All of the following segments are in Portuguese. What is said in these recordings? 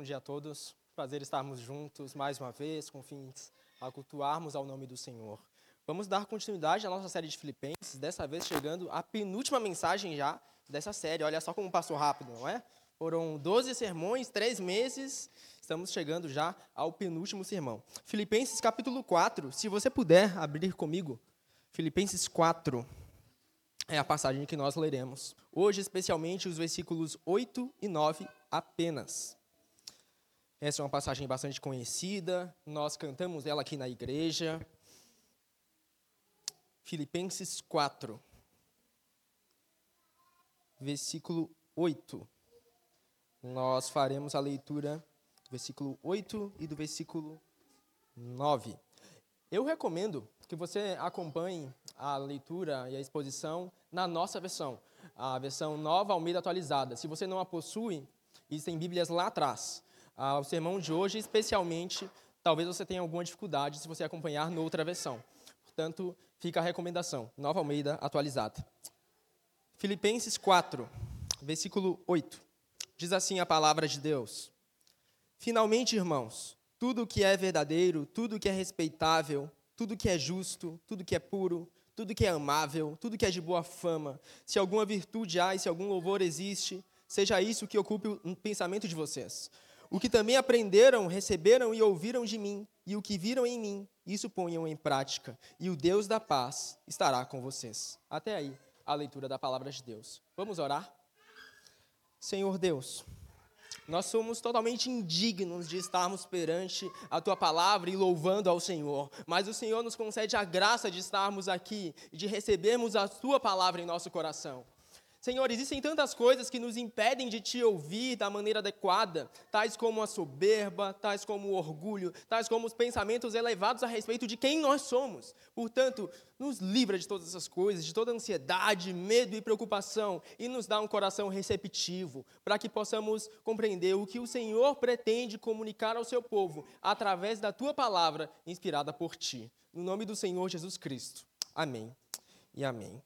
dia a todos. Prazer estarmos juntos mais uma vez, com fins a cultuarmos ao nome do Senhor. Vamos dar continuidade à nossa série de Filipenses, dessa vez chegando à penúltima mensagem já dessa série. Olha só como passou rápido, não é? Foram 12 sermões, 3 meses, estamos chegando já ao penúltimo sermão. Filipenses capítulo 4, se você puder abrir comigo, Filipenses 4 é a passagem que nós leremos. Hoje, especialmente, os versículos 8 e 9 apenas. Essa é uma passagem bastante conhecida, nós cantamos ela aqui na igreja. Filipenses 4, versículo 8. Nós faremos a leitura do versículo 8 e do versículo 9. Eu recomendo que você acompanhe a leitura e a exposição na nossa versão, a versão Nova Almeida Atualizada. Se você não a possui, existem Bíblias lá atrás. O sermão de hoje, especialmente, talvez você tenha alguma dificuldade se você acompanhar noutra versão. Portanto, fica a recomendação, Nova Almeida Atualizada. Filipenses 4, versículo 8. Diz assim a palavra de Deus: Finalmente, irmãos, tudo que é verdadeiro, tudo que é respeitável, tudo que é justo, tudo que é puro, tudo que é amável, tudo que é de boa fama, se alguma virtude há e se algum louvor existe, seja isso que ocupe o pensamento de vocês. O que também aprenderam, receberam e ouviram de mim, e o que viram em mim, isso ponham em prática, e o Deus da paz estará com vocês. Até aí, a leitura da palavra de Deus. Vamos orar? Senhor Deus, nós somos totalmente indignos de estarmos perante a Tua palavra e louvando ao Senhor, mas o Senhor nos concede a graça de estarmos aqui e de recebermos a Tua palavra em nosso coração. Senhor, existem tantas coisas que nos impedem de Te ouvir da maneira adequada, tais como a soberba, tais como o orgulho, tais como os pensamentos elevados a respeito de quem nós somos. Portanto, nos livra de todas essas coisas, de toda ansiedade, medo e preocupação, e nos dá um coração receptivo, para que possamos compreender o que o Senhor pretende comunicar ao seu povo, através da Tua palavra, inspirada por Ti. No nome do Senhor Jesus Cristo. Amém e amém.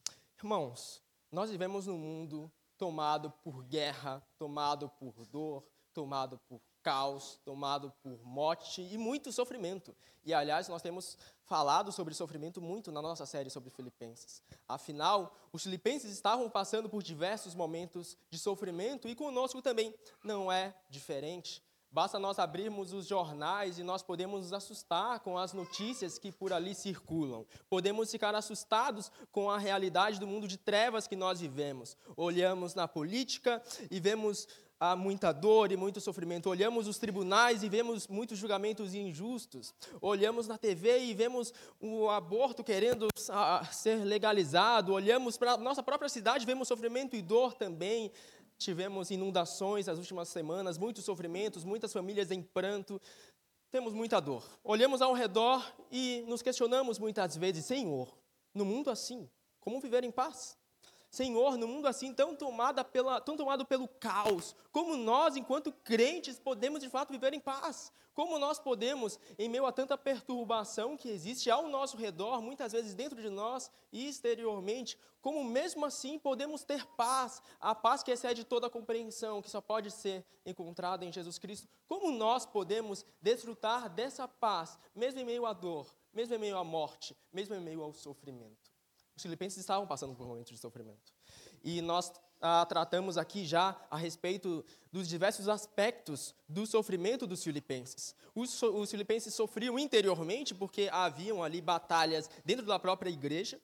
Irmãos, nós vivemos num mundo tomado por guerra, tomado por dor, tomado por caos, tomado por morte e muito sofrimento. E, aliás, nós temos falado sobre sofrimento muito na nossa série sobre Filipenses. Afinal, os filipenses estavam passando por diversos momentos de sofrimento e conosco também não é diferente. Basta nós abrirmos os jornais e nós podemos nos assustar com as notícias que por ali circulam. Podemos ficar assustados com a realidade do mundo de trevas que nós vivemos. Olhamos na política e vemos muita dor e muito sofrimento. Olhamos os tribunais e vemos muitos julgamentos injustos. Olhamos na TV e vemos o aborto querendo ser legalizado. Olhamos para a nossa própria cidade e vemos sofrimento e dor também. Tivemos inundações nas últimas semanas, muitos sofrimentos, muitas famílias em pranto. Temos muita dor. Olhamos ao redor e nos questionamos muitas vezes: Senhor, no mundo assim, como viver em paz? Senhor, no mundo assim, tão tomado pelo caos, como nós, enquanto crentes, podemos de fato viver em paz? Como nós podemos, em meio a tanta perturbação que existe ao nosso redor, muitas vezes dentro de nós e exteriormente, como mesmo assim podemos ter paz, a paz que excede toda a compreensão, que só pode ser encontrada em Jesus Cristo? Como nós podemos desfrutar dessa paz, mesmo em meio à dor, mesmo em meio à morte, mesmo em meio ao sofrimento? Os filipenses estavam passando por momentos de sofrimento. E nós tratamos aqui já a respeito dos diversos aspectos do sofrimento dos filipenses. Os filipenses sofriam interiormente porque haviam ali batalhas dentro da própria igreja.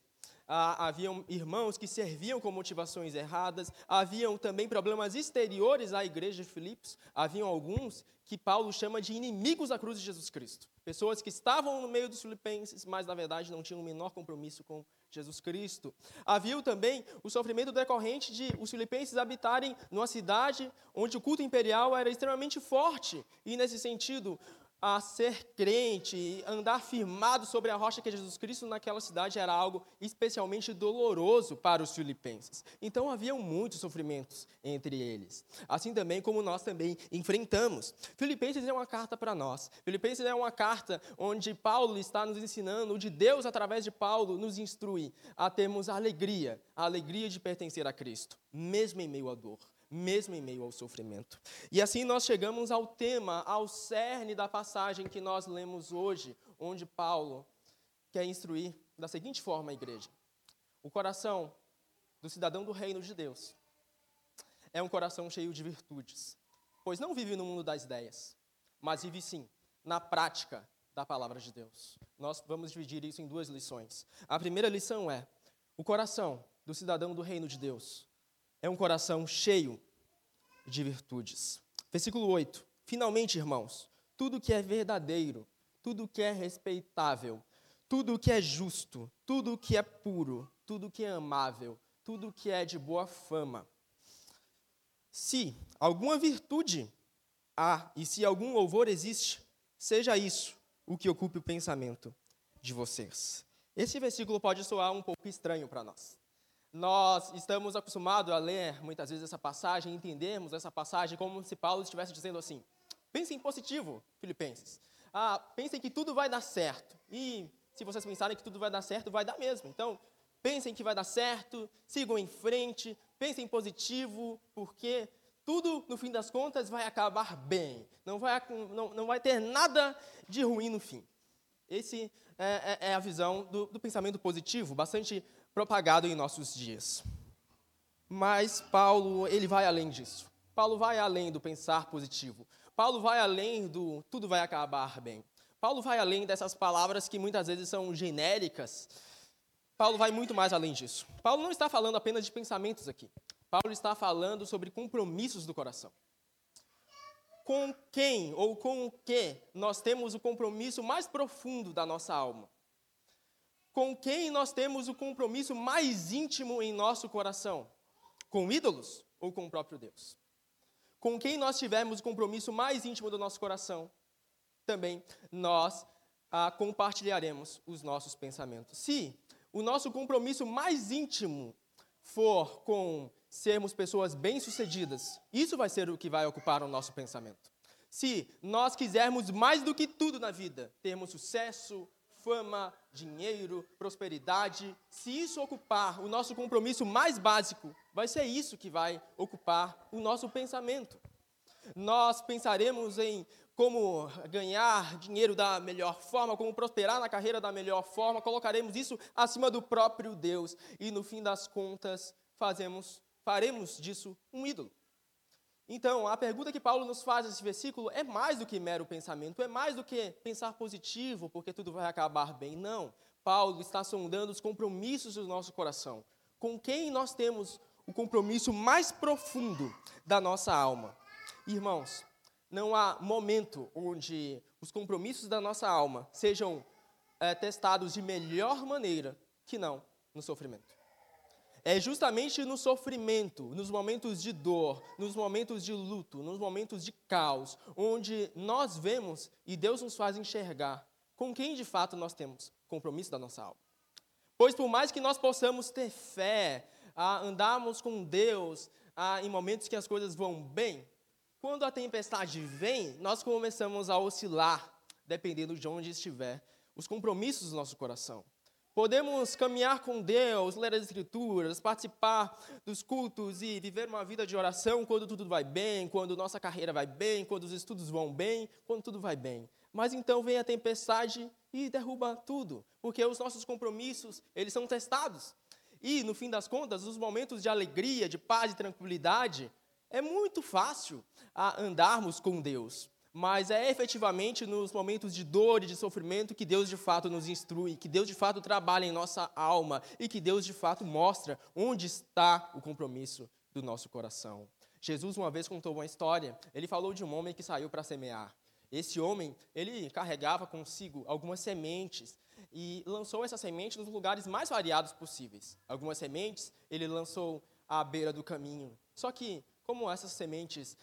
Haviam irmãos que serviam com motivações erradas, haviam também problemas exteriores à igreja de Filipos, haviam alguns que Paulo chama de inimigos da cruz de Jesus Cristo. Pessoas que estavam no meio dos filipenses, mas na verdade não tinham o menor compromisso com Jesus Cristo. Havia também o sofrimento decorrente de os filipenses habitarem numa cidade onde o culto imperial era extremamente forte, e nesse sentido, a ser crente e andar firmado sobre a rocha que é Jesus Cristo naquela cidade era algo especialmente doloroso para os filipenses. Então haviam muitos sofrimentos entre eles. Assim também como nós também enfrentamos. Filipenses é uma carta para nós. Filipenses é uma carta onde Paulo está nos ensinando, onde Deus, através de Paulo, nos instrui a termos a alegria de pertencer a Cristo, mesmo em meio à dor. mesmo em meio ao sofrimento. E assim nós chegamos ao tema, ao cerne da passagem que nós lemos hoje, onde Paulo quer instruir da seguinte forma a igreja. O coração do cidadão do reino de Deus é um coração cheio de virtudes, pois não vive no mundo das ideias, mas vive sim na prática da palavra de Deus. Nós vamos dividir isso em 2 lições. A primeira lição é: o coração do cidadão do reino de Deus é um coração cheio de virtudes. Versículo 8. Finalmente, irmãos, tudo que é verdadeiro, tudo que é respeitável, tudo que é justo, tudo que é puro, tudo que é amável, tudo que é de boa fama. Se alguma virtude há e se algum louvor existe, seja isso o que ocupe o pensamento de vocês. Esse versículo pode soar um pouco estranho para nós. Nós estamos acostumados a ler muitas vezes essa passagem, entendermos essa passagem como se Paulo estivesse dizendo assim: pensem positivo, filipenses. Pensem que tudo vai dar certo. E se vocês pensarem que tudo vai dar certo, vai dar mesmo. Então, pensem que vai dar certo, sigam em frente, pensem positivo, porque tudo, no fim das contas, vai acabar bem. Não vai ter nada de ruim no fim. Esse é a visão do pensamento positivo, bastante propagado em nossos dias. Mas Paulo, ele vai além disso. Paulo vai além do pensar positivo. Paulo vai além do tudo vai acabar bem. Paulo vai além dessas palavras que muitas vezes são genéricas. Paulo vai muito mais além disso. Paulo não está falando apenas de pensamentos aqui. Paulo está falando sobre compromissos do coração. Com quem ou com o que nós temos o compromisso mais profundo da nossa alma? Com quem nós temos o compromisso mais íntimo em nosso coração? Com ídolos ou com o próprio Deus? Com quem nós tivermos o compromisso mais íntimo do nosso coração, também nós compartilharemos os nossos pensamentos. Se o nosso compromisso mais íntimo for com sermos pessoas bem-sucedidas, isso vai ser o que vai ocupar o nosso pensamento. Se nós quisermos mais do que tudo na vida, termos sucesso, fama, dinheiro, prosperidade, se isso ocupar o nosso compromisso mais básico, vai ser isso que vai ocupar o nosso pensamento. Nós pensaremos em como ganhar dinheiro da melhor forma, como prosperar na carreira da melhor forma, colocaremos isso acima do próprio Deus e, no fim das contas, faremos disso um ídolo. Então, a pergunta que Paulo nos faz nesse versículo é mais do que mero pensamento, é mais do que pensar positivo, porque tudo vai acabar bem. Não, Paulo está sondando os compromissos do nosso coração. Com quem nós temos o compromisso mais profundo da nossa alma? Irmãos, não há momento onde os compromissos da nossa alma sejam testados de melhor maneira que não no sofrimento. É justamente no sofrimento, nos momentos de dor, nos momentos de luto, nos momentos de caos, onde nós vemos e Deus nos faz enxergar com quem de fato nós temos compromisso da nossa alma. Pois por mais que nós possamos ter fé, andarmos com Deus em momentos que as coisas vão bem, quando a tempestade vem, nós começamos a oscilar, dependendo de onde estiver, os compromissos do nosso coração. Podemos caminhar com Deus, ler as Escrituras, participar dos cultos e viver uma vida de oração quando tudo vai bem, quando nossa carreira vai bem, quando os estudos vão bem, quando tudo vai bem. Mas então vem a tempestade e derruba tudo, porque os nossos compromissos, eles são testados. E, no fim das contas, os momentos de alegria, de paz e tranquilidade, é muito fácil andarmos com Deus. Mas é efetivamente nos momentos de dor e de sofrimento que Deus de fato nos instrui, que Deus de fato trabalha em nossa alma e que Deus de fato mostra onde está o compromisso do nosso coração. Jesus uma vez contou uma história, ele falou de um homem que saiu para semear. Esse homem, ele carregava consigo algumas sementes e lançou essa semente nos lugares mais variados possíveis. Algumas sementes ele lançou à beira do caminho. Só que, como essas sementes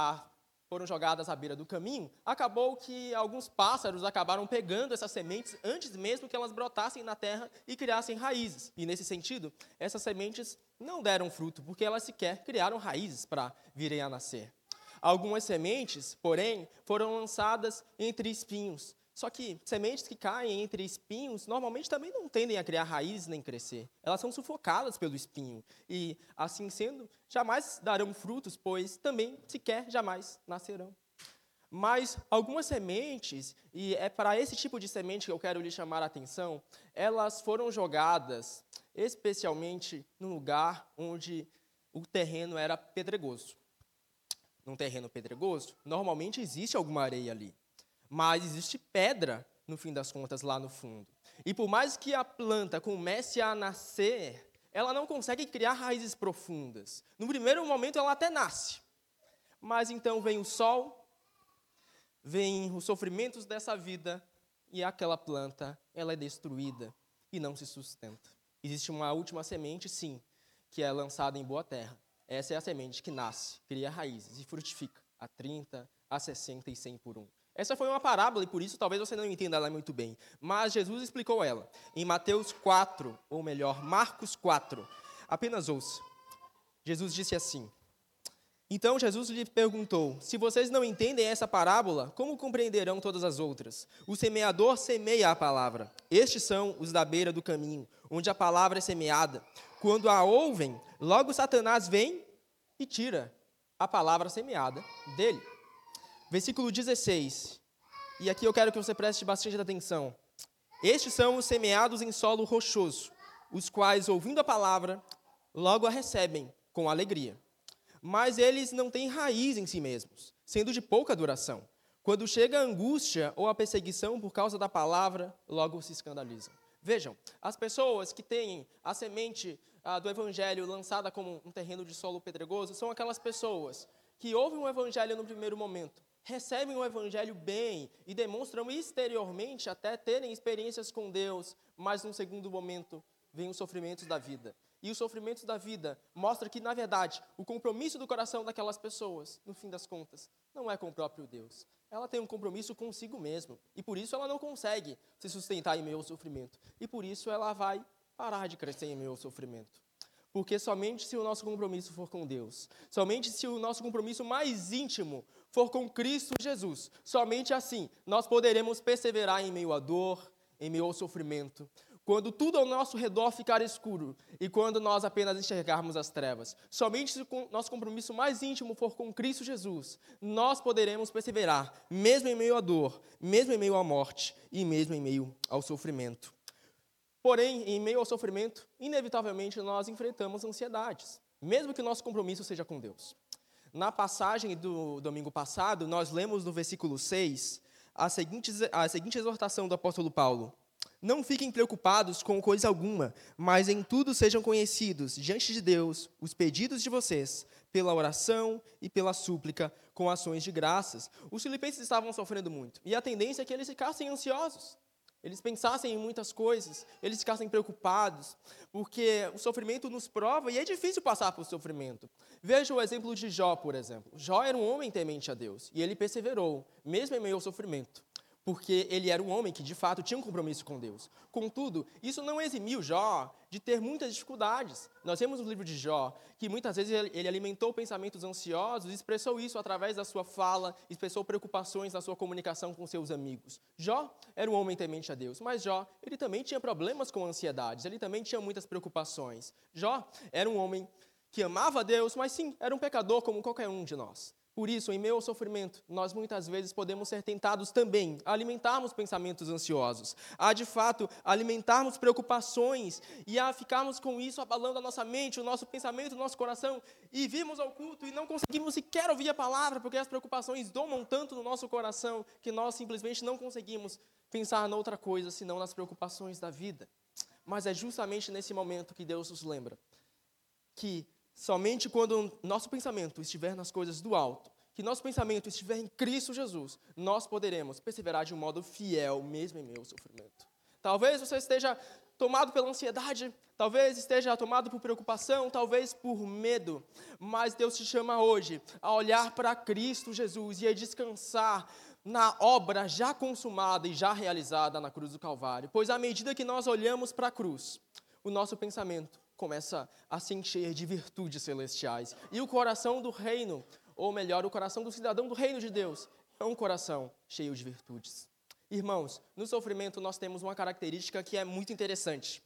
foram jogadas à beira do caminho, acabou que alguns pássaros acabaram pegando essas sementes antes mesmo que elas brotassem na terra e criassem raízes. E, nesse sentido, essas sementes não deram fruto, porque elas sequer criaram raízes para virem a nascer. Algumas sementes, porém, foram lançadas entre espinhos. Só que sementes que caem entre espinhos normalmente também não tendem a criar raízes nem crescer. Elas são sufocadas pelo espinho. E, assim sendo, jamais darão frutos, pois também sequer jamais nascerão. Mas algumas sementes, e é para esse tipo de semente que eu quero lhe chamar a atenção, elas foram jogadas especialmente num lugar onde o terreno era pedregoso. Num terreno pedregoso, normalmente existe alguma areia ali. Mas existe pedra, no fim das contas, lá no fundo. E por mais que a planta comece a nascer, ela não consegue criar raízes profundas. No primeiro momento, ela até nasce. Mas então vem o sol, vem os sofrimentos dessa vida, e aquela planta, ela é destruída e não se sustenta. Existe uma última semente, sim, que é lançada em boa terra. Essa é a semente que nasce, cria raízes e frutifica a 30, a 60 e 100 por um. Essa foi uma parábola e por isso talvez você não entenda ela muito bem. Mas Jesus explicou ela em Mateus 4, ou melhor, Marcos 4. Apenas ouça. Jesus disse assim: Então Jesus lhe perguntou: Se vocês não entendem essa parábola, como compreenderão todas as outras? O semeador semeia a palavra. Estes são os da beira do caminho, onde a palavra é semeada. Quando a ouvem, logo Satanás vem e tira a palavra semeada dele. Versículo 16, e aqui eu quero que você preste bastante atenção. Estes são os semeados em solo rochoso, os quais, ouvindo a palavra, logo a recebem com alegria. Mas eles não têm raiz em si mesmos, sendo de pouca duração. Quando chega a angústia ou a perseguição por causa da palavra, logo se escandalizam. Vejam, as pessoas que têm a semente do evangelho lançada como um terreno de solo pedregoso são aquelas pessoas que ouvem o evangelho no primeiro momento, recebem o evangelho bem e demonstram exteriormente até terem experiências com Deus, mas num segundo momento vêm os sofrimentos da vida. E os sofrimentos da vida mostram que, na verdade, o compromisso do coração daquelas pessoas, no fim das contas, não é com o próprio Deus. Ela tem um compromisso consigo mesma. E por isso ela não consegue se sustentar em meio ao sofrimento. E por isso ela vai parar de crescer em meio ao sofrimento. Porque somente se o nosso compromisso for com Deus, somente se o nosso compromisso mais íntimo for com Cristo Jesus, somente assim nós poderemos perseverar em meio à dor, em meio ao sofrimento. Quando tudo ao nosso redor ficar escuro e quando nós apenas enxergarmos as trevas, somente se o nosso compromisso mais íntimo for com Cristo Jesus, nós poderemos perseverar, mesmo em meio à dor, mesmo em meio à morte e mesmo em meio ao sofrimento. Porém, em meio ao sofrimento, inevitavelmente nós enfrentamos ansiedades, mesmo que o nosso compromisso seja com Deus. Na passagem do domingo passado, nós lemos no versículo 6 a seguinte exortação do apóstolo Paulo: Não fiquem preocupados com coisa alguma, mas em tudo sejam conhecidos diante de Deus os pedidos de vocês, pela oração e pela súplica, com ações de graças. Os filipenses estavam sofrendo muito, e a tendência é que eles ficassem ansiosos. Eles pensassem em muitas coisas, eles ficassem preocupados, porque o sofrimento nos prova e é difícil passar por sofrimento. Veja o exemplo de Jó, por exemplo. Jó era um homem temente a Deus e ele perseverou, mesmo em meio ao sofrimento, porque ele era um homem que, de fato, tinha um compromisso com Deus. Contudo, isso não eximiu Jó de ter muitas dificuldades. Nós vemos no livro de Jó que muitas vezes ele alimentou pensamentos ansiosos e expressou isso através da sua fala, expressou preocupações na sua comunicação com seus amigos. Jó era um homem temente a Deus, mas Jó, ele também tinha problemas com ansiedades, ele também tinha muitas preocupações. Jó era um homem que amava a Deus, mas sim, era um pecador como qualquer um de nós. Por isso, em meio ao sofrimento, nós muitas vezes podemos ser tentados também a alimentarmos pensamentos ansiosos, a, de fato, alimentarmos preocupações e a ficarmos com isso abalando a nossa mente, o nosso pensamento, o nosso coração, e virmos ao culto e não conseguimos sequer ouvir a palavra, porque as preocupações domam tanto no nosso coração que nós simplesmente não conseguimos pensar noutra coisa senão nas preocupações da vida. Mas é justamente nesse momento que Deus nos lembra que somente quando nosso pensamento estiver nas coisas do alto, que nosso pensamento estiver em Cristo Jesus, nós poderemos perseverar de um modo fiel, mesmo em meio ao sofrimento. Talvez você esteja tomado pela ansiedade, talvez esteja tomado por preocupação, talvez por medo, mas Deus te chama hoje a olhar para Cristo Jesus e a descansar na obra já consumada e já realizada na cruz do Calvário. Pois à medida que nós olhamos para a cruz, o nosso pensamento começa a se encher de virtudes celestiais. E o coração do reino, ou melhor, o coração do cidadão do reino de Deus, é um coração cheio de virtudes. Irmãos, no sofrimento nós temos uma característica que é muito interessante.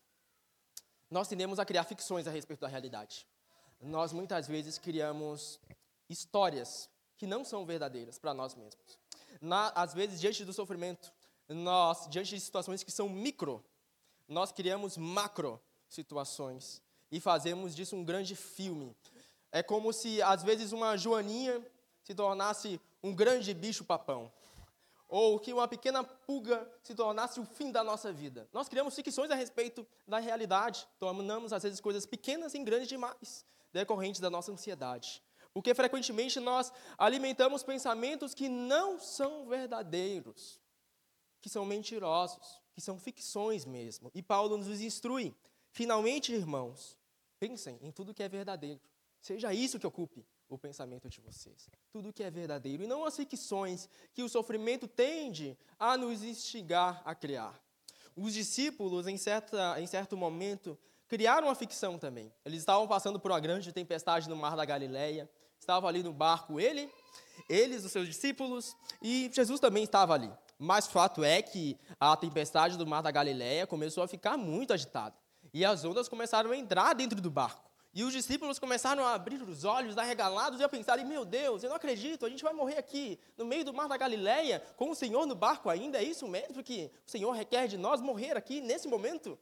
Nós tendemos a criar ficções a respeito da realidade. Nós muitas vezes criamos histórias que não são verdadeiras para nós mesmos. Às vezes, diante do sofrimento, diante de situações que são micro, nós criamos macro situações e fazemos disso um grande filme. É como se, às vezes, uma joaninha se tornasse um grande bicho-papão. Ou que uma pequena pulga se tornasse o fim da nossa vida. Nós criamos ficções a respeito da realidade. Tornamos, às vezes, coisas pequenas em grandes demais, decorrentes da nossa ansiedade. Porque, frequentemente, nós alimentamos pensamentos que não são verdadeiros, que são mentirosos, que são ficções mesmo. E Paulo nos instrui. Finalmente, irmãos, pensem em tudo que é verdadeiro. Seja isso que ocupe o pensamento de vocês. Tudo que é verdadeiro. E não as ficções que o sofrimento tende a nos instigar a criar. Os discípulos, em certo momento, criaram uma ficção também. Eles estavam passando por uma grande tempestade no mar da Galileia. Estavam ali no barco, eles, os seus discípulos, e Jesus também estava ali. Mas fato é que a tempestade do mar da Galileia começou a ficar muito agitada. E as ondas começaram a entrar dentro do barco. E os discípulos começaram a abrir os olhos, arregalados, e a pensarem, meu Deus, eu não acredito, a gente vai morrer aqui, no meio do mar da Galileia, com o Senhor no barco ainda, é isso mesmo que o Senhor requer de nós, morrer aqui, nesse momento?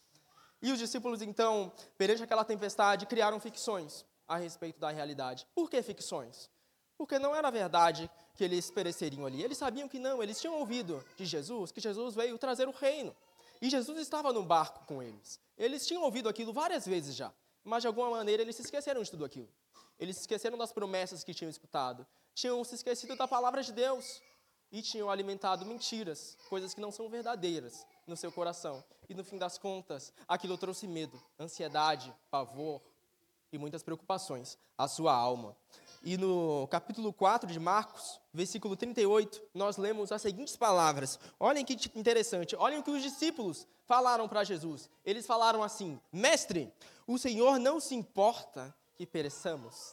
E os discípulos, então, perante aquela tempestade, criaram ficções a respeito da realidade. Por que ficções? Porque não era verdade que eles pereceriam ali. Eles sabiam que não, eles tinham ouvido de Jesus, que Jesus veio trazer o reino. E Jesus estava no barco com eles. Eles tinham ouvido aquilo várias vezes já. Mas, de alguma maneira, eles se esqueceram de tudo aquilo. Eles se esqueceram das promessas que tinham escutado. Tinham se esquecido da palavra de Deus. E tinham alimentado mentiras, coisas que não são verdadeiras no seu coração. E, no fim das contas, aquilo trouxe medo, ansiedade, pavor e muitas preocupações à sua alma. E no capítulo 4 de Marcos, versículo 38, nós lemos as seguintes palavras. Olhem que interessante, olhem o que os discípulos falaram para Jesus. Eles falaram assim, Mestre, o Senhor não se importa que pereçamos.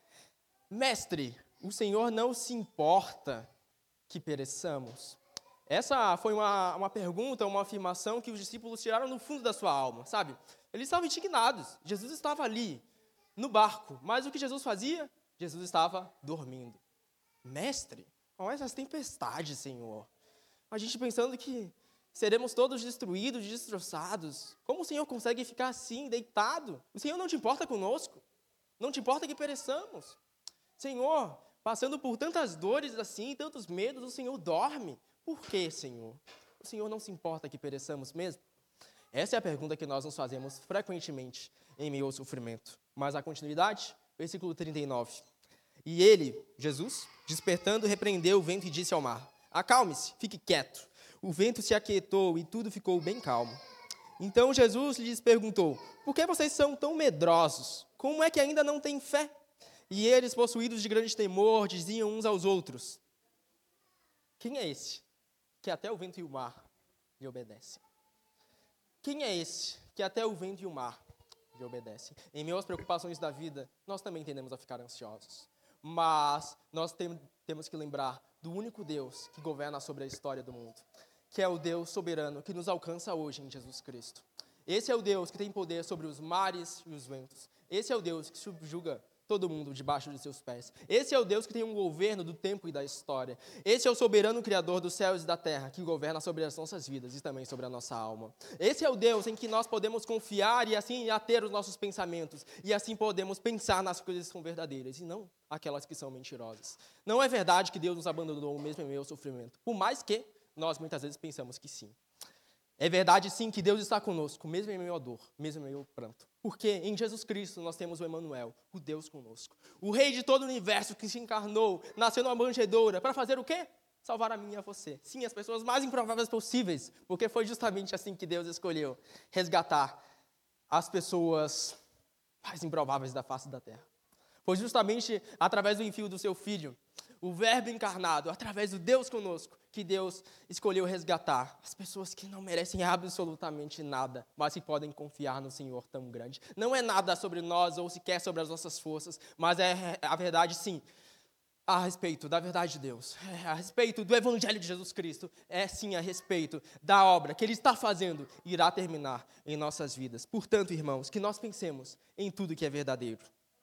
Mestre, o Senhor não se importa que pereçamos. Essa foi uma pergunta, uma afirmação que os discípulos tiraram no fundo da sua alma, sabe? Eles estavam indignados. Jesus estava ali, no barco. Mas o que Jesus fazia? Jesus estava dormindo. Mestre, olha essas tempestades, Senhor. A gente pensando que seremos todos destruídos, destroçados. Como o Senhor consegue ficar assim, deitado? O Senhor não te importa conosco? Não te importa que pereçamos? Senhor, passando por tantas dores assim, tantos medos, o Senhor dorme. Por quê, Senhor? O Senhor não se importa que pereçamos mesmo? Essa é a pergunta que nós nos fazemos frequentemente em meio ao sofrimento. Mas a continuidade, versículo 39. E ele, Jesus, despertando, repreendeu o vento e disse ao mar, acalme-se, fique quieto. O vento se aquietou e tudo ficou bem calmo. Então Jesus lhes perguntou, por que vocês são tão medrosos? Como é que ainda não têm fé? E eles, possuídos de grande temor, diziam uns aos outros, quem é esse que até o vento e o mar lhe obedecem? Quem é esse que até o vento e o mar lhe obedecem? Em meio às preocupações da vida, nós também tendemos a ficar ansiosos. Mas nós temos que lembrar do único Deus que governa sobre a história do mundo, que é o Deus soberano que nos alcança hoje em Jesus Cristo. Esse é o Deus que tem poder sobre os mares e os ventos. Esse é o Deus que subjuga todo mundo debaixo de seus pés. Esse é o Deus que tem um governo do tempo e da história. Esse é o soberano Criador dos céus e da terra, que governa sobre as nossas vidas e também sobre a nossa alma. Esse é o Deus em que nós podemos confiar e assim ater os nossos pensamentos. E assim podemos pensar nas coisas que são verdadeiras e não aquelas que são mentirosas. Não é verdade que Deus nos abandonou mesmo em meio ao sofrimento, por mais que nós muitas vezes pensamos que sim. É verdade, sim, que Deus está conosco, mesmo em meio à dor, mesmo em meio ao pranto. Porque em Jesus Cristo nós temos o Emanuel, o Deus conosco. O Rei de todo o universo que se encarnou, nasceu numa manjedoura, para fazer o quê? Salvar a mim e a você. Sim, as pessoas mais improváveis possíveis, porque foi justamente assim que Deus escolheu resgatar as pessoas mais improváveis da face da terra. Foi justamente através do envio do seu Filho, o Verbo encarnado, através do Deus conosco, que Deus escolheu resgatar as pessoas que não merecem absolutamente nada, mas que podem confiar no Senhor tão grande. Não é nada sobre nós ou sequer sobre as nossas forças, mas é a verdade, sim. a respeito da verdade de Deus, a respeito do Evangelho de Jesus Cristo, é sim a respeito da obra que Ele está fazendo e irá terminar em nossas vidas. Portanto, irmãos, que nós pensemos em tudo que é verdadeiro.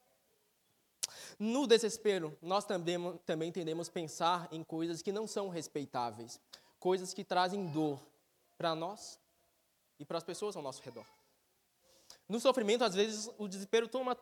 No desespero, nós também tendemos a pensar em coisas que não são respeitáveis, coisas que trazem dor para nós e para as pessoas ao nosso redor. No sofrimento, às vezes, o desespero toma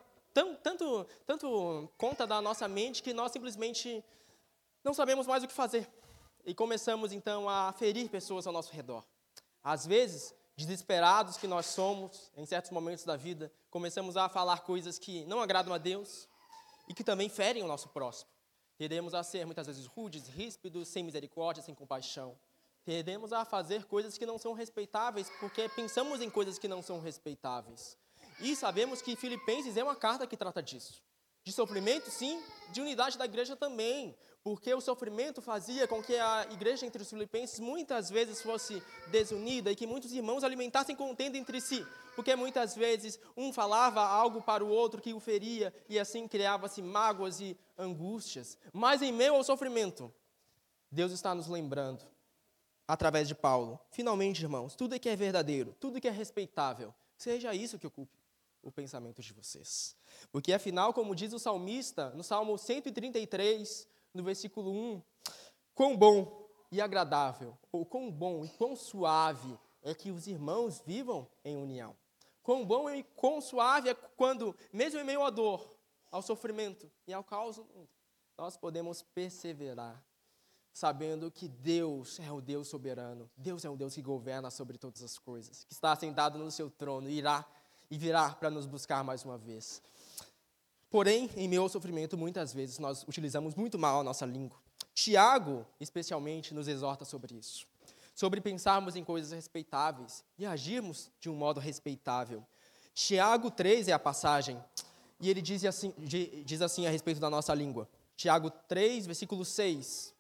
tanto conta da nossa mente que nós simplesmente não sabemos mais o que fazer. E começamos, então, a ferir pessoas ao nosso redor. Às vezes, desesperados que nós somos, em certos momentos da vida, começamos a falar coisas que não agradam a Deus e que também ferem o nosso próximo. Tendemos a ser, muitas vezes, rudes, ríspidos, sem misericórdia, sem compaixão. Tendemos a fazer coisas que não são respeitáveis porque pensamos em coisas que não são respeitáveis. E sabemos que Filipenses é uma carta que trata disso. De sofrimento, sim, de unidade da igreja também. Porque o sofrimento fazia com que a igreja entre os filipenses muitas vezes fosse desunida e que muitos irmãos alimentassem contenda entre si. Porque muitas vezes um falava algo para o outro que o feria e assim criava-se mágoas e angústias. Mas em meio ao sofrimento, Deus está nos lembrando, através de Paulo, finalmente, irmãos, tudo que é verdadeiro, tudo que é respeitável, seja isso que ocupe o pensamento de vocês. Porque, afinal, como diz o salmista, no Salmo 133, no versículo 1, quão bom e agradável, ou quão bom e quão suave é que os irmãos vivam em união. Quão bom e quão suave é quando, mesmo em meio à dor, ao sofrimento e ao caos, nós podemos perseverar, sabendo que Deus é o Deus soberano, Deus é um Deus que governa sobre todas as coisas, que está sentado no seu trono e virá para nos buscar mais uma vez. Porém, em meio ao sofrimento, muitas vezes nós utilizamos muito mal a nossa língua. Tiago, especialmente, nos exorta sobre isso. Sobre pensarmos em coisas respeitáveis e agirmos de um modo respeitável. Tiago 3 é a passagem, e ele diz assim a respeito da nossa língua. Tiago 3, versículo 6.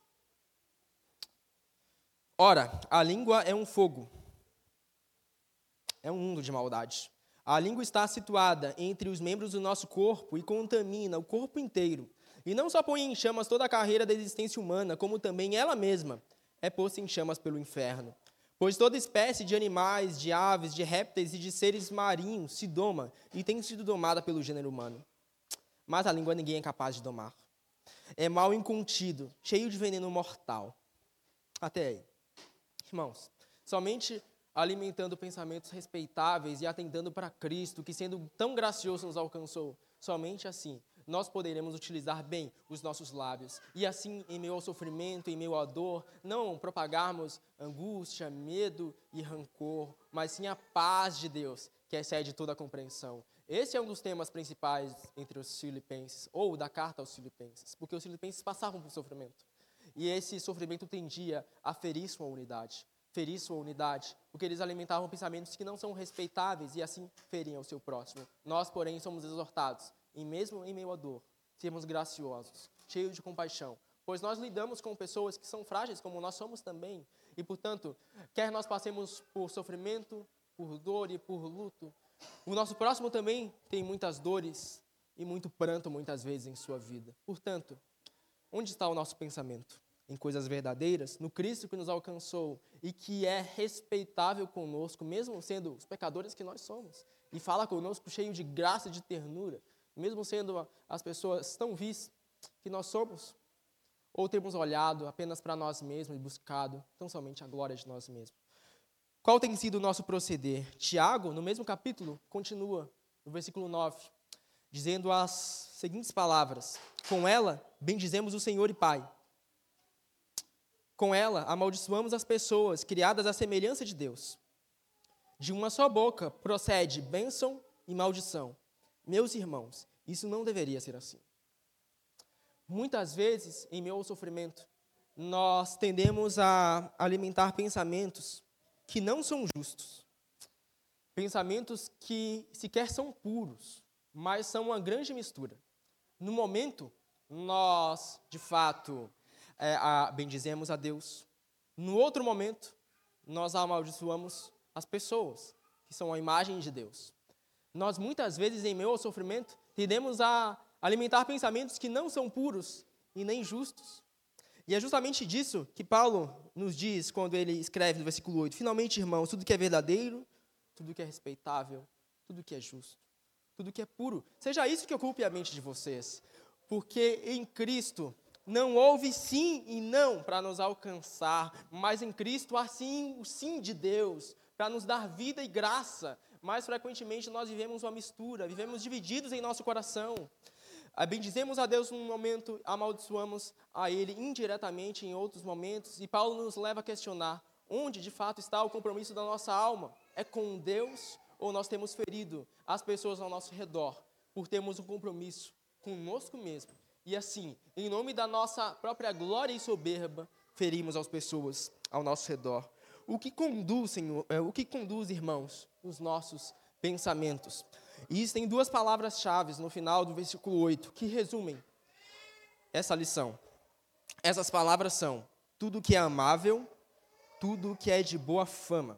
Ora, a língua é um fogo, é um mundo de maldade. A língua está situada entre os membros do nosso corpo e contamina o corpo inteiro. E não só põe em chamas toda a carreira da existência humana, como também ela mesma é posta em chamas pelo inferno. Pois toda espécie de animais, de aves, de répteis e de seres marinhos se doma e tem sido domada pelo gênero humano. Mas a língua ninguém é capaz de domar. É mal incontido, cheio de veneno mortal. Até aí. Irmãos, somente alimentando pensamentos respeitáveis e atentando para Cristo, que sendo tão gracioso nos alcançou, somente assim nós poderemos utilizar bem os nossos lábios. E assim, em meio ao sofrimento, em meio à dor, não propagarmos angústia, medo e rancor, mas sim a paz de Deus, que excede toda a compreensão. Esse é um dos temas principais entre os filipenses, ou da carta aos filipenses, porque os filipenses passavam por sofrimento. E esse sofrimento tendia a ferir sua unidade, porque eles alimentavam pensamentos que não são respeitáveis e assim feriam o seu próximo. Nós, porém, somos exortados, e mesmo em meio à dor, sermos graciosos, cheios de compaixão, pois nós lidamos com pessoas que são frágeis, como nós somos também, e, portanto, quer nós passemos por sofrimento, por dor e por luto, o nosso próximo também tem muitas dores e muito pranto, muitas vezes, em sua vida. Portanto, onde está o nosso pensamento? Em coisas verdadeiras, no Cristo que nos alcançou e que é respeitável conosco, mesmo sendo os pecadores que nós somos, e fala conosco cheio de graça e de ternura, mesmo sendo as pessoas tão vis que nós somos, ou temos olhado apenas para nós mesmos e buscado tão somente a glória de nós mesmos. Qual tem sido o nosso proceder? Tiago, no mesmo capítulo, continua, no versículo 9, dizendo as seguintes palavras: com ela, bendizemos o Senhor e Pai. Com ela, amaldiçoamos as pessoas criadas à semelhança de Deus. De uma só boca procede bênção e maldição. Meus irmãos, isso não deveria ser assim. Muitas vezes, em meio ao sofrimento, nós tendemos a alimentar pensamentos que não são justos. Pensamentos que sequer são puros, mas são uma grande mistura. No momento, nós, de fato, bendizemos a Deus. No outro momento, nós amaldiçoamos as pessoas, que são a imagem de Deus. Nós, muitas vezes, em meio ao sofrimento, tendemos a alimentar pensamentos que não são puros e nem justos. E é justamente disso que Paulo nos diz quando ele escreve no versículo 8: finalmente, irmãos, tudo que é verdadeiro, tudo que é respeitável, tudo que é justo, tudo que é puro, seja isso que ocupe a mente de vocês. Porque em Cristo não houve sim e não para nos alcançar, mas em Cristo há sim o sim de Deus, para nos dar vida e graça. Mais frequentemente nós vivemos uma mistura, vivemos divididos em nosso coração. Bendizemos a Deus num momento, amaldiçoamos a Ele indiretamente em outros momentos, e Paulo nos leva a questionar onde de fato está o compromisso da nossa alma. É com Deus ou nós temos ferido as pessoas ao nosso redor por termos um compromisso conosco mesmo? E assim, em nome da nossa própria glória e soberba, ferimos as pessoas ao nosso redor. O que conduz, irmãos, os nossos pensamentos? E existem duas palavras-chave no final do versículo 8, que resumem essa lição. Essas palavras são: tudo que é amável, tudo que é de boa fama.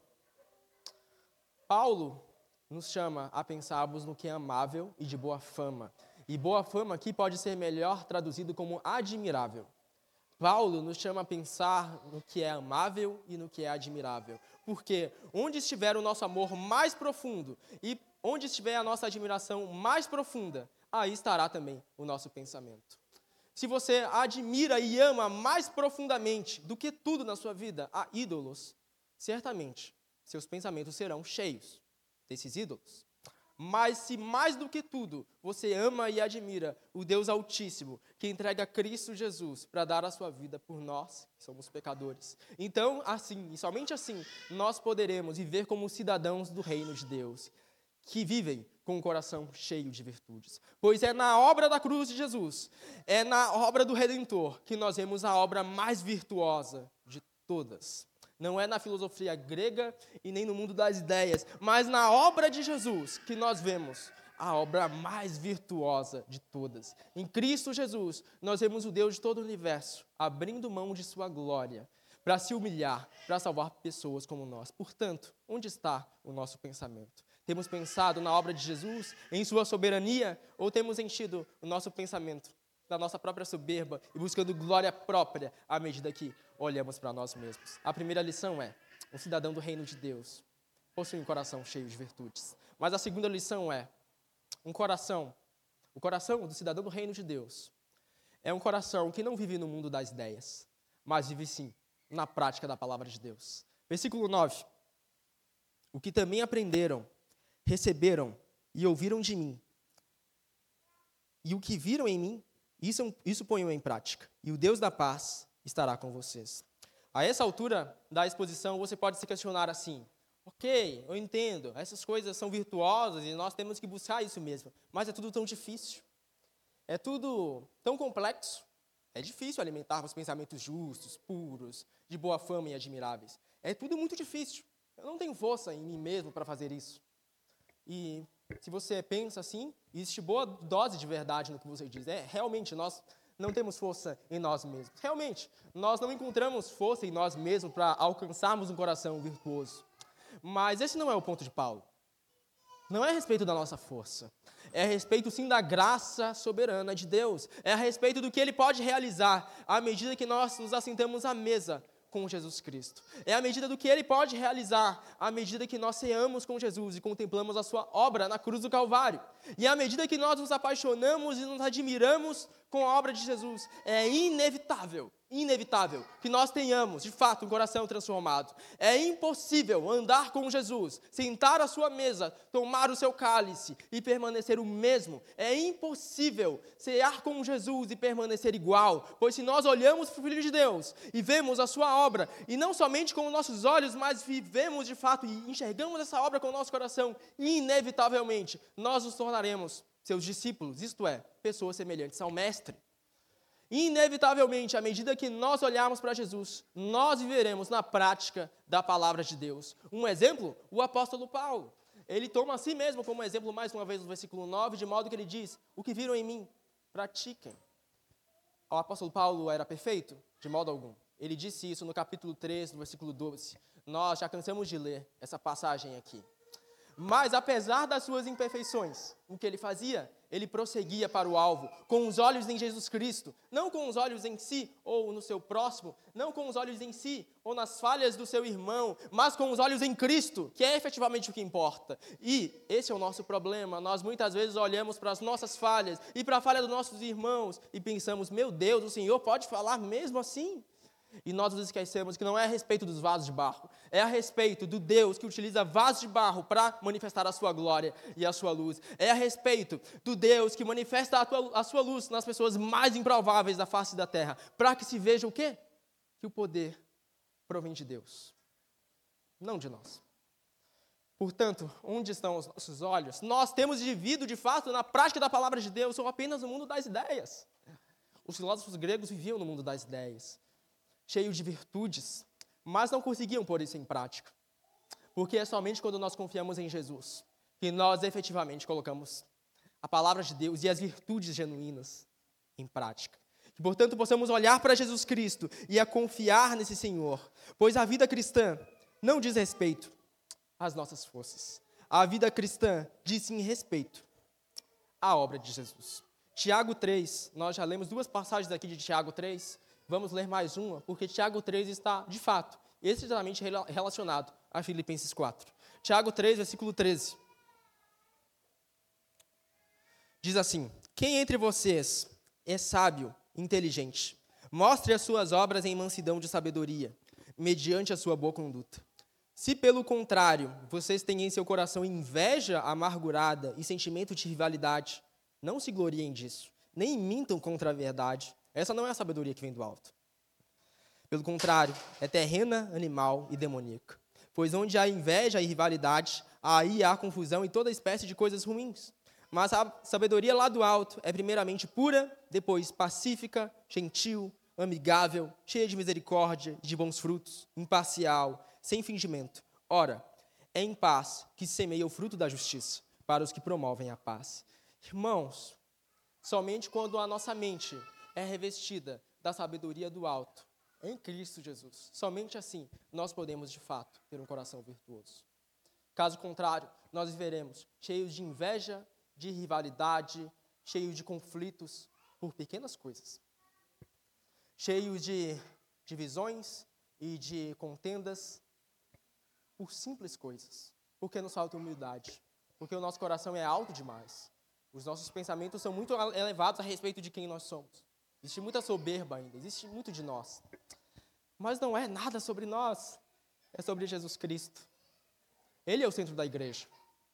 Paulo nos chama a pensarmos no que é amável e de boa fama. E boa fama aqui pode ser melhor traduzido como admirável. Paulo nos chama a pensar no que é amável e no que é admirável. Porque onde estiver o nosso amor mais profundo e onde estiver a nossa admiração mais profunda, aí estará também o nosso pensamento. Se você admira e ama mais profundamente do que tudo na sua vida a ídolos, certamente seus pensamentos serão cheios desses ídolos. Mas se mais do que tudo você ama e admira o Deus Altíssimo, que entrega Cristo Jesus para dar a sua vida por nós, que somos pecadores, então assim, e somente assim, nós poderemos viver como cidadãos do reino de Deus, que vivem com o coração cheio de virtudes. Pois é na obra da cruz de Jesus, é na obra do Redentor, que nós vemos a obra mais virtuosa de todas. Não é na filosofia grega e nem no mundo das ideias, mas na obra de Jesus que nós vemos a obra mais virtuosa de todas. Em Cristo Jesus, nós vemos o Deus de todo o universo abrindo mão de sua glória para se humilhar, para salvar pessoas como nós. Portanto, onde está o nosso pensamento? Temos pensado na obra de Jesus, em sua soberania, ou temos enchido o nosso pensamento da nossa própria soberba e buscando glória própria à medida que olhamos para nós mesmos? A primeira lição é: um cidadão do reino de Deus possui um coração cheio de virtudes. Mas a segunda lição é: o coração do cidadão do reino de Deus é um coração que não vive no mundo das ideias, mas vive sim na prática da palavra de Deus. Versículo 9. O que também aprenderam, receberam e ouviram de mim, e o que viram em mim, isso ponham em prática, e o Deus da paz estará com vocês. A essa altura da exposição, você pode se questionar assim: ok, eu entendo, essas coisas são virtuosas e nós temos que buscar isso mesmo, mas é tudo tão difícil, é tudo tão complexo, é difícil alimentarmos pensamentos justos, puros, de boa fama e admiráveis. É tudo muito difícil, eu não tenho força em mim mesmo para fazer isso. E se você pensa assim, existe boa dose de verdade no que você diz. Realmente, nós não temos força em nós mesmos. Realmente, nós não encontramos força em nós mesmos para alcançarmos um coração virtuoso. Mas esse não é o ponto de Paulo. Não é a respeito da nossa força. É a respeito, sim, da graça soberana de Deus. É a respeito do que Ele pode realizar à medida que nós nos assentamos à mesa com Jesus Cristo. É a medida do que Ele pode realizar à medida que nós ceamos com Jesus e contemplamos a sua obra na cruz do Calvário. E à medida que nós nos apaixonamos e nos admiramos com a obra de Jesus, é inevitável que nós tenhamos, de fato, um coração transformado. É impossível andar com Jesus, sentar à sua mesa, tomar o seu cálice e permanecer o mesmo. É impossível cear com Jesus e permanecer igual, pois se nós olhamos para o Filho de Deus e vemos a sua obra, e não somente com os nossos olhos, mas vivemos de fato e enxergamos essa obra com o nosso coração, inevitavelmente nós nos tornaremos seus discípulos, isto é, pessoas semelhantes ao Mestre. Inevitavelmente, à medida que nós olharmos para Jesus, nós viveremos na prática da palavra de Deus. Um exemplo, o apóstolo Paulo. Ele toma a si mesmo como exemplo, mais uma vez, no versículo 9, de modo que ele diz: o que viram em mim, pratiquem. O apóstolo Paulo era perfeito? De modo algum. Ele disse isso no capítulo 3, no versículo 12. Nós já cansamos de ler essa passagem aqui. Mas, apesar das suas imperfeições, o que ele fazia? ele prosseguia para o alvo, com os olhos em Jesus Cristo, não com os olhos em si ou no seu próximo, não com os olhos em si ou nas falhas do seu irmão, mas com os olhos em Cristo, que é efetivamente o que importa. E esse é o nosso problema, nós muitas vezes olhamos para as nossas falhas e para a falha dos nossos irmãos e pensamos, meu Deus, o Senhor pode falar mesmo assim? E nós nos esquecemos que não é a respeito dos vasos de barro, é a respeito do Deus que utiliza vasos de barro para manifestar a sua glória e a sua luz. É a respeito do Deus que manifesta a sua luz nas pessoas mais improváveis da face da terra, para que se veja o quê? Que o poder provém de Deus, não de nós. Portanto, onde estão os nossos olhos? Nós temos vivido, de fato, na prática da palavra de Deus, ou apenas no mundo das ideias. Os filósofos gregos viviam no mundo das ideias, cheio de virtudes, mas não conseguiam pôr isso em prática. Porque é somente quando nós confiamos em Jesus que nós efetivamente colocamos a palavra de Deus e as virtudes genuínas em prática. Que, portanto, possamos olhar para Jesus Cristo e a confiar nesse Senhor, pois a vida cristã não diz respeito às nossas forças. A vida cristã diz sim respeito à obra de Jesus. Tiago 3, nós já lemos 2 passagens aqui de Tiago 3, vamos ler mais uma, porque Tiago 3 está, de fato, estritamente relacionado a Filipenses 4. Tiago 3, versículo 13. Diz assim: quem entre vocês é sábio e inteligente, mostre as suas obras em mansidão de sabedoria, mediante a sua boa conduta. Se, pelo contrário, vocês têm em seu coração inveja amargurada e sentimento de rivalidade, não se gloriem disso, nem mintam contra a verdade. Essa não é a sabedoria que vem do alto. Pelo contrário, é terrena, animal e demoníaca. Pois onde há inveja e rivalidade, aí há confusão e toda espécie de coisas ruins. Mas a sabedoria lá do alto é primeiramente pura, depois pacífica, gentil, amigável, cheia de misericórdia e de bons frutos, imparcial, sem fingimento. Ora, é em paz que se semeia o fruto da justiça, para os que promovem a paz. Irmãos, somente quando a nossa mente é revestida da sabedoria do alto, em Cristo Jesus, somente assim nós podemos, de fato, ter um coração virtuoso. Caso contrário, nós viveremos cheios de inveja, de rivalidade, cheios de conflitos por pequenas coisas, cheios de divisões e de contendas por simples coisas, porque nos falta humildade, porque o nosso coração é alto demais, os nossos pensamentos são muito elevados a respeito de quem nós somos. Existe muita soberba ainda, existe muito de nós. Mas não é nada sobre nós, é sobre Jesus Cristo. Ele é o centro da igreja.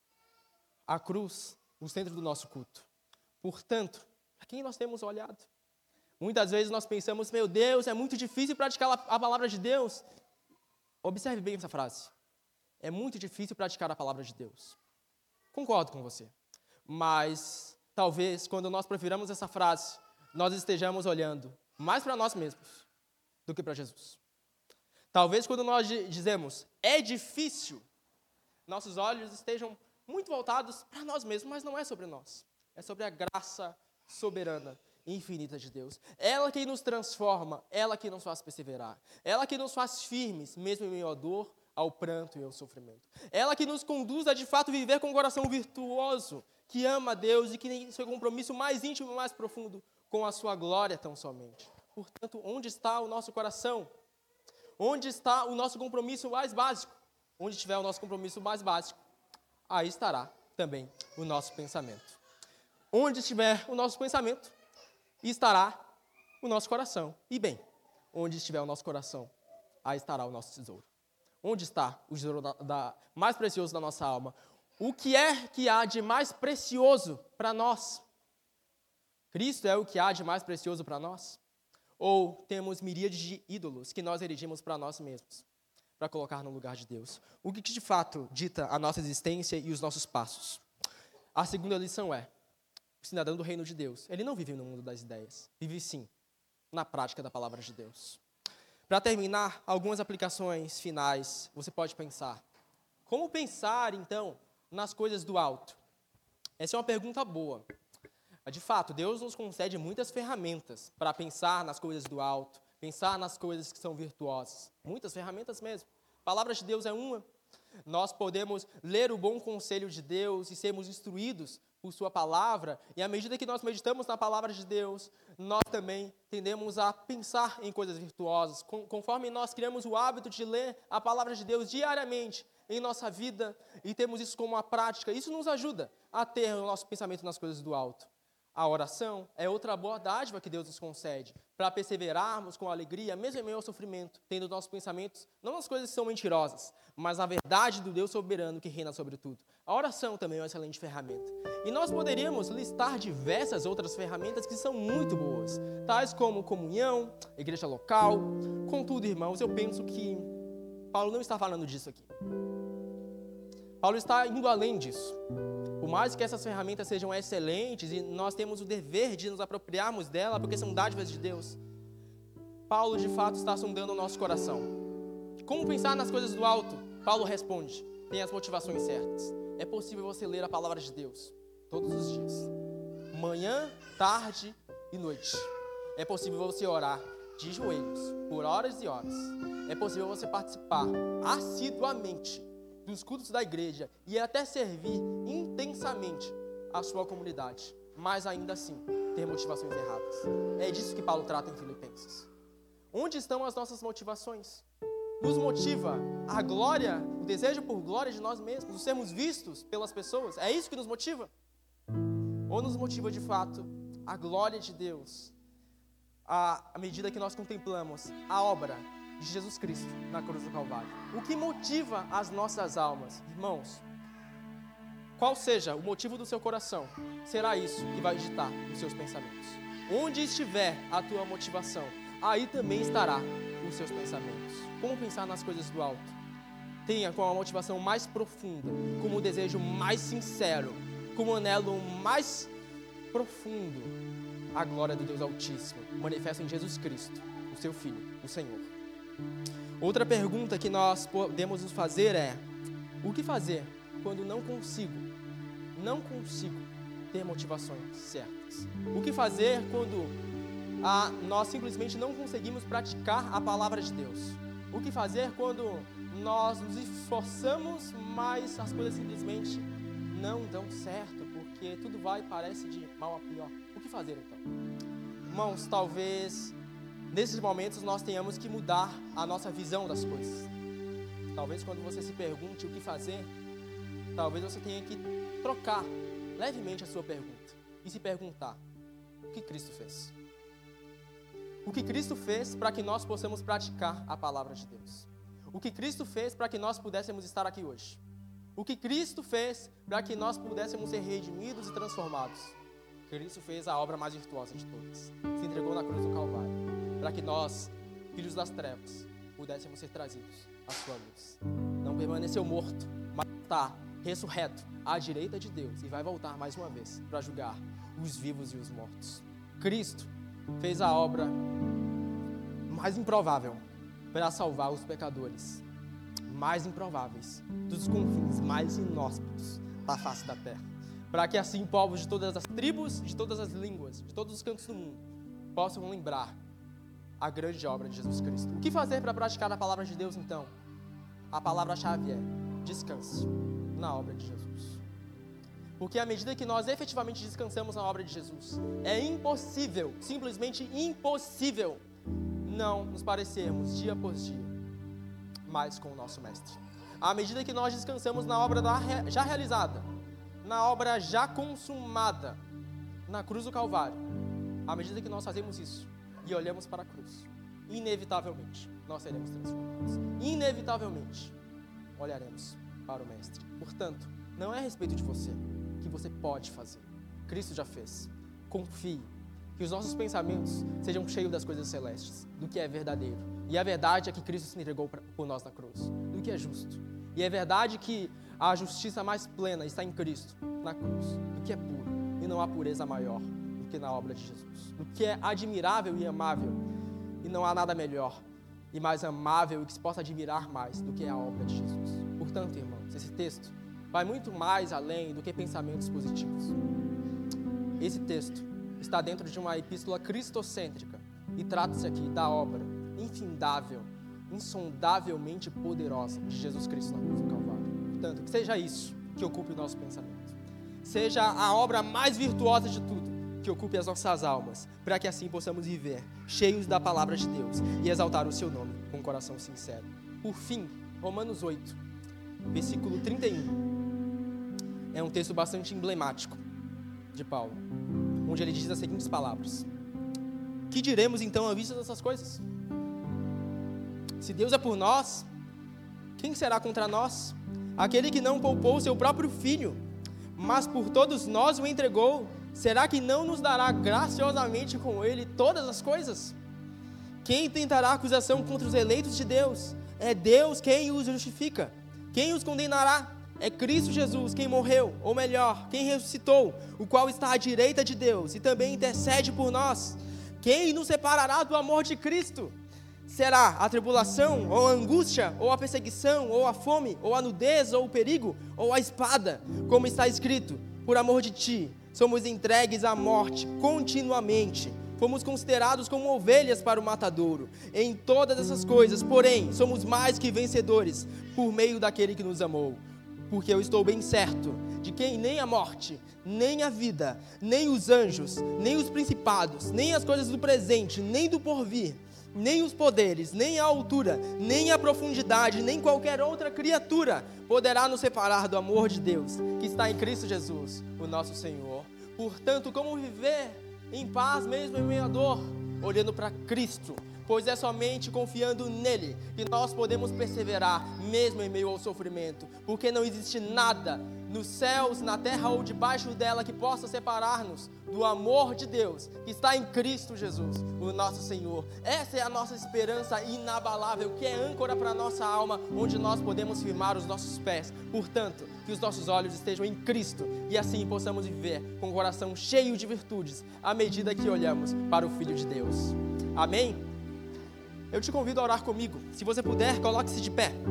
A cruz, o centro do nosso culto. Portanto, a quem nós temos olhado? Muitas vezes nós pensamos, meu Deus, é muito difícil praticar a palavra de Deus. Observe bem essa frase. É muito difícil praticar a palavra de Deus. Concordo com você. Mas, talvez, quando nós profiramos essa frase, nós estejamos olhando mais para nós mesmos do que para Jesus. Talvez quando nós dizemos, é difícil, nossos olhos estejam muito voltados para nós mesmos, mas não é sobre nós. É sobre a graça soberana e infinita de Deus. Ela que nos transforma, ela que nos faz perseverar. Ela que nos faz firmes, mesmo em meio à dor, ao pranto e ao sofrimento. Ela que nos conduz a, de fato, viver com um coração virtuoso, que ama a Deus e que tem seu compromisso mais íntimo e mais profundo com a sua glória tão somente. Portanto, onde está o nosso coração? Onde está o nosso compromisso mais básico? Onde estiver o nosso compromisso mais básico, aí estará também o nosso pensamento. Onde estiver o nosso pensamento, estará o nosso coração. E bem, onde estiver o nosso coração, aí estará o nosso tesouro. Onde está o tesouro mais precioso da nossa alma? O que é que há de mais precioso para nós? Cristo é o que há de mais precioso para nós? Ou temos miríades de ídolos que nós erigimos para nós mesmos, para colocar no lugar de Deus? O que de fato dita a nossa existência e os nossos passos? A segunda lição é, o cidadão do reino de Deus, ele não vive no mundo das ideias, vive sim na prática da palavra de Deus. Para terminar, algumas aplicações finais, você pode pensar. Como pensar, então, nas coisas do alto? Essa é uma pergunta boa. De fato, Deus nos concede muitas ferramentas para pensar nas coisas do alto, pensar nas coisas que são virtuosas. Muitas ferramentas mesmo. A palavra de Deus é uma. Nós podemos ler o bom conselho de Deus e sermos instruídos por sua palavra, e à medida que nós meditamos na palavra de Deus, nós também tendemos a pensar em coisas virtuosas. Conforme nós criamos o hábito de ler a palavra de Deus diariamente em nossa vida e temos isso como uma prática, isso nos ajuda a ter o nosso pensamento nas coisas do alto. A oração é outra boa dádiva que Deus nos concede, para perseverarmos com alegria, mesmo em meio ao sofrimento, tendo nossos pensamentos não nas coisas que são mentirosas, mas na verdade do Deus soberano que reina sobre tudo. A oração também é uma excelente ferramenta. E nós poderíamos listar diversas outras ferramentas que são muito boas, tais como comunhão, igreja local. Contudo, irmãos, eu penso que Paulo não está falando disso aqui. Paulo está indo além disso. Por mais que essas ferramentas sejam excelentes e nós temos o dever de nos apropriarmos dela, porque são dádivas de Deus, Paulo, de fato, está sondando o nosso coração. Como pensar nas coisas do alto? Paulo responde, tem as motivações certas. É possível você ler a palavra de Deus todos os dias, manhã, tarde e noite. É possível você orar de joelhos por horas e horas. É possível você participar assiduamente dos cultos da igreja e até servir intensamente a sua comunidade, mas ainda assim ter motivações erradas. É disso que Paulo trata em Filipenses. Onde estão as nossas motivações? Nos motiva a glória, o desejo por glória de nós mesmos, de sermos vistos pelas pessoas? É isso que nos motiva? Ou nos motiva de fato a glória de Deus, à medida que nós contemplamos a obra de Jesus Cristo na cruz do Calvário? O que motiva as nossas almas? Irmãos, qual seja o motivo do seu coração, será isso que vai ditar os seus pensamentos. Onde estiver a tua motivação, aí também estará os seus pensamentos. Como pensar nas coisas do alto? Tenha com a motivação mais profunda, como o desejo mais sincero, como o anelo mais profundo, a glória do Deus Altíssimo, manifesta em Jesus Cristo, o seu Filho, o Senhor. Outra pergunta que nós podemos nos fazer é: o que fazer quando não consigo ter motivações certas? O que fazer quando nós simplesmente não conseguimos praticar a palavra de Deus? O que fazer quando nós nos esforçamos, mas as coisas simplesmente não dão certo, porque tudo parece de mal a pior? O que fazer então? Irmãos, talvez nesses momentos nós tenhamos que mudar a nossa visão das coisas. Talvez quando você se pergunte o que fazer, talvez você tenha que trocar levemente a sua pergunta e se perguntar: o que Cristo fez? O que Cristo fez para que nós possamos praticar a palavra de Deus? O que Cristo fez para que nós pudéssemos estar aqui hoje? O que Cristo fez para que nós pudéssemos ser redimidos e transformados? Cristo fez a obra mais virtuosa de todas. Se entregou na cruz do Calvário, para que nós, filhos das trevas, pudéssemos ser trazidos à sua luz. Não permaneceu morto, mas está ressurreto à direita de Deus e vai voltar mais uma vez para julgar os vivos e os mortos. Cristo fez a obra mais improvável para salvar os pecadores mais improváveis dos confins mais inóspitos da face da terra, para que assim povos de todas as tribos, de todas as línguas, de todos os cantos do mundo possam lembrar a grande obra de Jesus Cristo. O que fazer para praticar a palavra de Deus então? A palavra-chave é: descanse na obra de Jesus. Porque à medida que nós efetivamente descansamos na obra de Jesus, é impossível, simplesmente impossível, não nos parecermos dia após dia mais com o nosso Mestre. À medida que nós descansamos na obra já realizada, na obra já consumada, na cruz do Calvário, à medida que nós fazemos isso e olhamos para a cruz, inevitavelmente nós seremos transformados. Inevitavelmente olharemos para o Mestre. Portanto, não é a respeito de você que você pode fazer. Cristo já fez. Confie. Que os nossos pensamentos sejam cheios das coisas celestes, do que é verdadeiro. E a verdade é que Cristo se entregou por nós na cruz, do que é justo. E é verdade que a justiça mais plena está em Cristo, na cruz, do que é puro. E não há pureza maior do que na obra de Jesus. Do que é admirável e amável. E não há nada melhor e mais amável e que se possa admirar mais do que a obra de Jesus. Portanto, irmãos, esse texto vai muito mais além do que pensamentos positivos. Esse texto está dentro de uma epístola cristocêntrica e trata-se aqui da obra infindável, insondavelmente poderosa de Jesus Cristo na cruz do Calvário. tudo, que seja isso que ocupe o nosso pensamento. Seja a obra mais virtuosa de tudo, que ocupe as nossas almas, para que assim possamos viver cheios da palavra de Deus e exaltar o seu nome com um coração sincero. Por fim, Romanos 8, versículo 31, é um texto bastante emblemático de Paulo, onde ele diz as seguintes palavras: que diremos então à vista dessas coisas? Se Deus é por nós, quem será contra nós? Aquele que não poupou seu próprio filho, mas por todos nós o entregou, será que não nos dará graciosamente com ele todas as coisas? Quem tentará acusação contra os eleitos de Deus? É Deus quem os justifica. Quem os condenará? É Cristo Jesus quem morreu, ou melhor, quem ressuscitou, o qual está à direita de Deus e também intercede por nós. Quem nos separará do amor de Cristo? Será a tribulação, ou a angústia, ou a perseguição, ou a fome, ou a nudez, ou o perigo, ou a espada? Como está escrito: por amor de ti, somos entregues à morte continuamente. Fomos considerados como ovelhas para o matadouro. Em todas essas coisas, porém, somos mais que vencedores, por meio daquele que nos amou. Porque eu estou bem certo de que nem a morte, nem a vida, nem os anjos, nem os principados, nem as coisas do presente, nem do porvir, nem os poderes, nem a altura, nem a profundidade, nem qualquer outra criatura poderá nos separar do amor de Deus, que está em Cristo Jesus, o nosso Senhor. Portanto, como viver em paz mesmo em meio à dor? Olhando para Cristo, pois é somente confiando nele que nós podemos perseverar mesmo em meio ao sofrimento, porque não existe nada nos céus, na terra ou debaixo dela que possa separar-nos do amor de Deus que está em Cristo Jesus, o nosso Senhor. Essa é a nossa esperança inabalável, que é âncora para a nossa alma, onde nós podemos firmar os nossos pés. Portanto, que os nossos olhos estejam em Cristo e assim possamos viver com o coração cheio de virtudes à medida que olhamos para o Filho de Deus. Amém? Eu te convido a orar comigo. Se você puder, coloque-se de pé.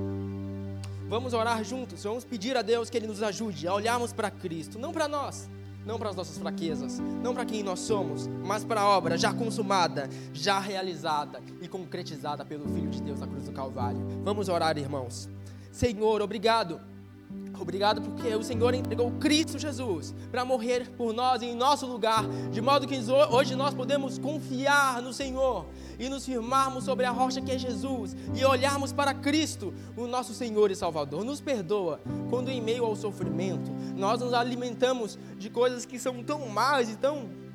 Vamos orar juntos, vamos pedir a Deus que Ele nos ajude a olharmos para Cristo, não para nós, não para as nossas fraquezas, não para quem nós somos, mas para a obra já consumada, já realizada e concretizada pelo Filho de Deus na cruz do Calvário. Vamos orar, irmãos. Senhor, obrigado. Obrigado porque o Senhor entregou Cristo Jesus para morrer por nós em nosso lugar, de modo que hoje nós podemos confiar no Senhor e nos firmarmos sobre a rocha que é Jesus e olharmos para Cristo, o nosso Senhor e Salvador. Nos perdoa quando em meio ao sofrimento nós nos alimentamos de coisas que são tão más e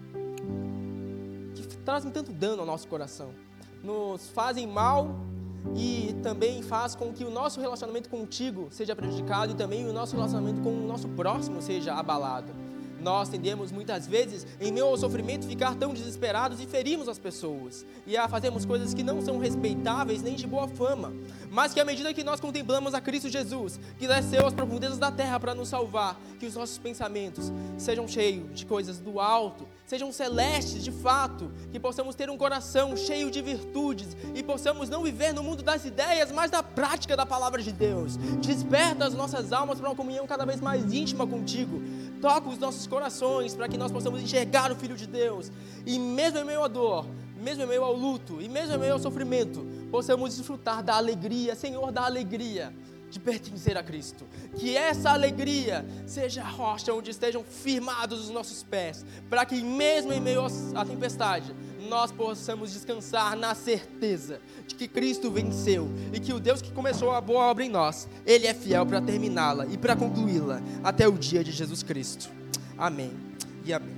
que trazem tanto dano ao nosso coração, nos fazem mal e também faz com que o nosso relacionamento contigo seja prejudicado e também o nosso relacionamento com o nosso próximo seja abalado. Nós tendemos muitas vezes, em meio ao sofrimento, ficar tão desesperados e ferimos as pessoas e a fazermos coisas que não são respeitáveis nem de boa fama, mas que à medida que nós contemplamos a Cristo Jesus, que desceu às profundezas da terra para nos salvar, que os nossos pensamentos sejam cheios de coisas do alto, sejam celestes de fato, que possamos ter um coração cheio de virtudes e possamos não viver no mundo das ideias, mas da prática da palavra de Deus. Desperta as nossas almas para uma comunhão cada vez mais íntima contigo. Toca os nossos corações para que nós possamos enxergar o Filho de Deus e mesmo em meio à dor, mesmo em meio ao luto e mesmo em meio ao sofrimento, possamos desfrutar da alegria, Senhor, da alegria de pertencer a Cristo. Que essa alegria seja a rocha onde estejam firmados os nossos pés, para que mesmo em meio à tempestade, nós possamos descansar na certeza de que Cristo venceu e que o Deus que começou a boa obra em nós, Ele é fiel para terminá-la e para concluí-la até o dia de Jesus Cristo. Amém e amém.